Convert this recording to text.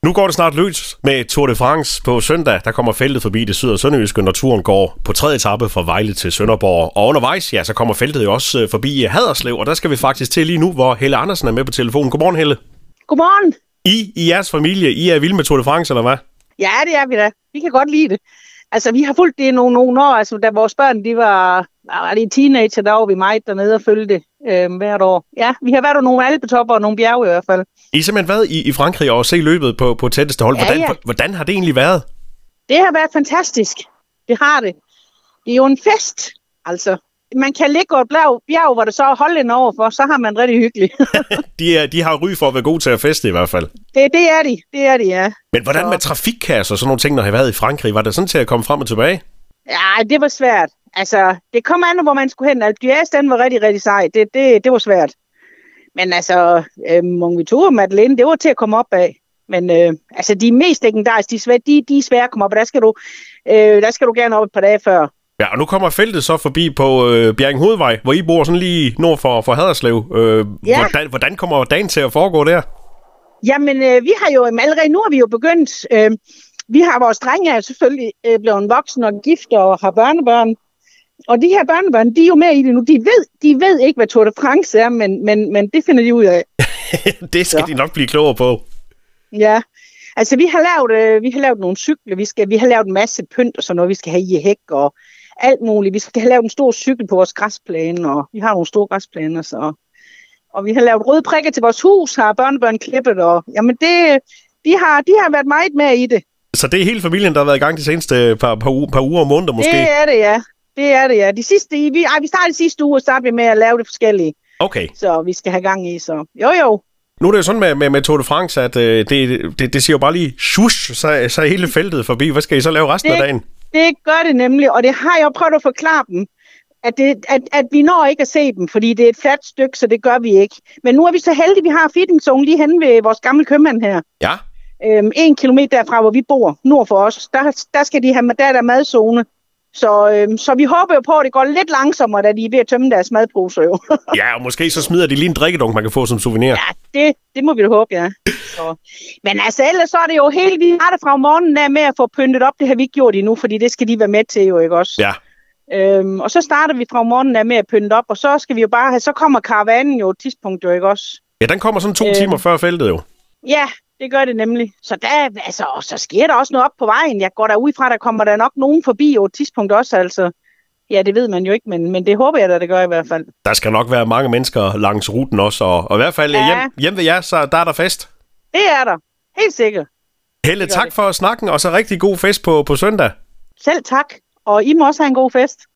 Nu går det snart løs med Tour de France på søndag. Der kommer feltet forbi det syd- og sønderjyske, når turen går på 3. etape fra Vejle til Sønderborg. Og undervejs, ja, så kommer feltet jo også forbi Haderslev, og der skal vi faktisk til lige nu, hvor Helle Andersen er med på telefonen. Godmorgen, Helle. Godmorgen. I jeres familie, I er vilde med Tour de France, eller hvad? Ja, det er vi da. Vi kan godt lide det. Altså, vi har fulgt det nogle år. Altså, da vores børn, de var teenager, der var vi meget dernede og følge det hvert år. Ja, vi har været nogle alpetopper og nogle bjerge i hvert fald. I har simpelthen været i Frankrig og se løbet på tætteste hold. Hvordan har det egentlig været? Det har været fantastisk. Det har det. Det er jo en fest, altså. Man kan ligge over et bjerg, hvor der så er Holland overfor, så har man rigtig hyggeligt. de har ry for at være gode til at feste i hvert fald. Det er de, ja. Men hvordan med trafikkaos og sådan nogle ting, når I har været i Frankrig? Var det sådan til at komme frem og tilbage? Ja, det var svært. Altså, det kom an, hvor man skulle hen. Alpe d'Huez, den var rigtig, rigtig sej. Det var svært. Men altså, Mont Ventoux og Madeleine, det var til at komme op af. Men altså, de mest legendariske, de er svære at komme op, og der skal du gerne op et par dage før. Ja, og nu kommer feltet så forbi på Bjerring Hovedvej, hvor I bor sådan lige nord for Haderslev. Ja. Hvordan kommer dagen til at foregå der? Jamen, vi har jo allerede nu har vi jo begyndt. Vi har vores drenge er selvfølgelig blevet voksen og gift og har børnebørn. Og de her børnebørn, de er jo med i det nu. De ved ikke, hvad Tour de France er, men det finder de ud af. Det skal de nok blive klogere på. Ja, altså vi har lavet nogle cykler. Vi har lavet en masse pynt og sådan noget, vi skal have i hæk og alt muligt. Vi skal have lavet en stor cykel på vores græsplæne, og vi har nogle store græsplæner, så. Og vi har lavet røde prikker til vores hus, har børnebørn klippet, og jamen de har været meget med i det. Så det er hele familien, der har været i gang de seneste par uger og måneder måske? Det er det, ja. Det er det, ja. Vi startede sidste uge, og startede vi med at lave det forskellige. Okay. Så vi skal have gang i, så jo. Nu er det jo sådan med Tour de France, at det siger jo bare lige shush, så er hele feltet forbi. Hvad skal I så lave resten af dagen? Det gør det nemlig, og det har jeg prøvet at forklare dem, at vi når ikke at se dem, fordi det er et fladt stykke, så det gør vi ikke. Men nu er vi så heldige, vi har fittingzone lige henne ved vores gamle købmand her. Ja. 1 kilometer derfra, hvor vi bor, nord for os, der skal de have, der er madzone. Så vi håber jo på, at det går lidt langsommere, da de er ved at tømme deres madposer jo. Ja, og måske så smider de lige en drikkedunk, man kan få som souvenir. Ja, det må vi da håbe, ja. Så. Men altså, ellers så er det jo helt, vi har det fra morgenen af med at få pyntet op. Det har vi ikke gjort endnu, fordi det skal de være med til jo, ikke også? Ja. Og så starter vi fra morgenen af med at pynte op, og så skal vi jo bare have, så kommer karavanen jo et tidspunkt jo, ikke også? Ja, den kommer sådan 2 timer før feltet jo. Ja, det gør det nemlig. Så så sker der også noget op på vejen. Jeg går derud fra, der kommer der nok nogen forbi jo et tidspunkt også, altså. Ja, det ved man jo ikke, men det håber jeg da, det gør i hvert fald. Der skal nok være mange mennesker langs ruten også, og i hvert fald hjem ved jer, så der er der fest. Det er der. Helt sikkert. Helle, tak for snakken, og så rigtig god fest på søndag. Selv tak, og I må også have en god fest.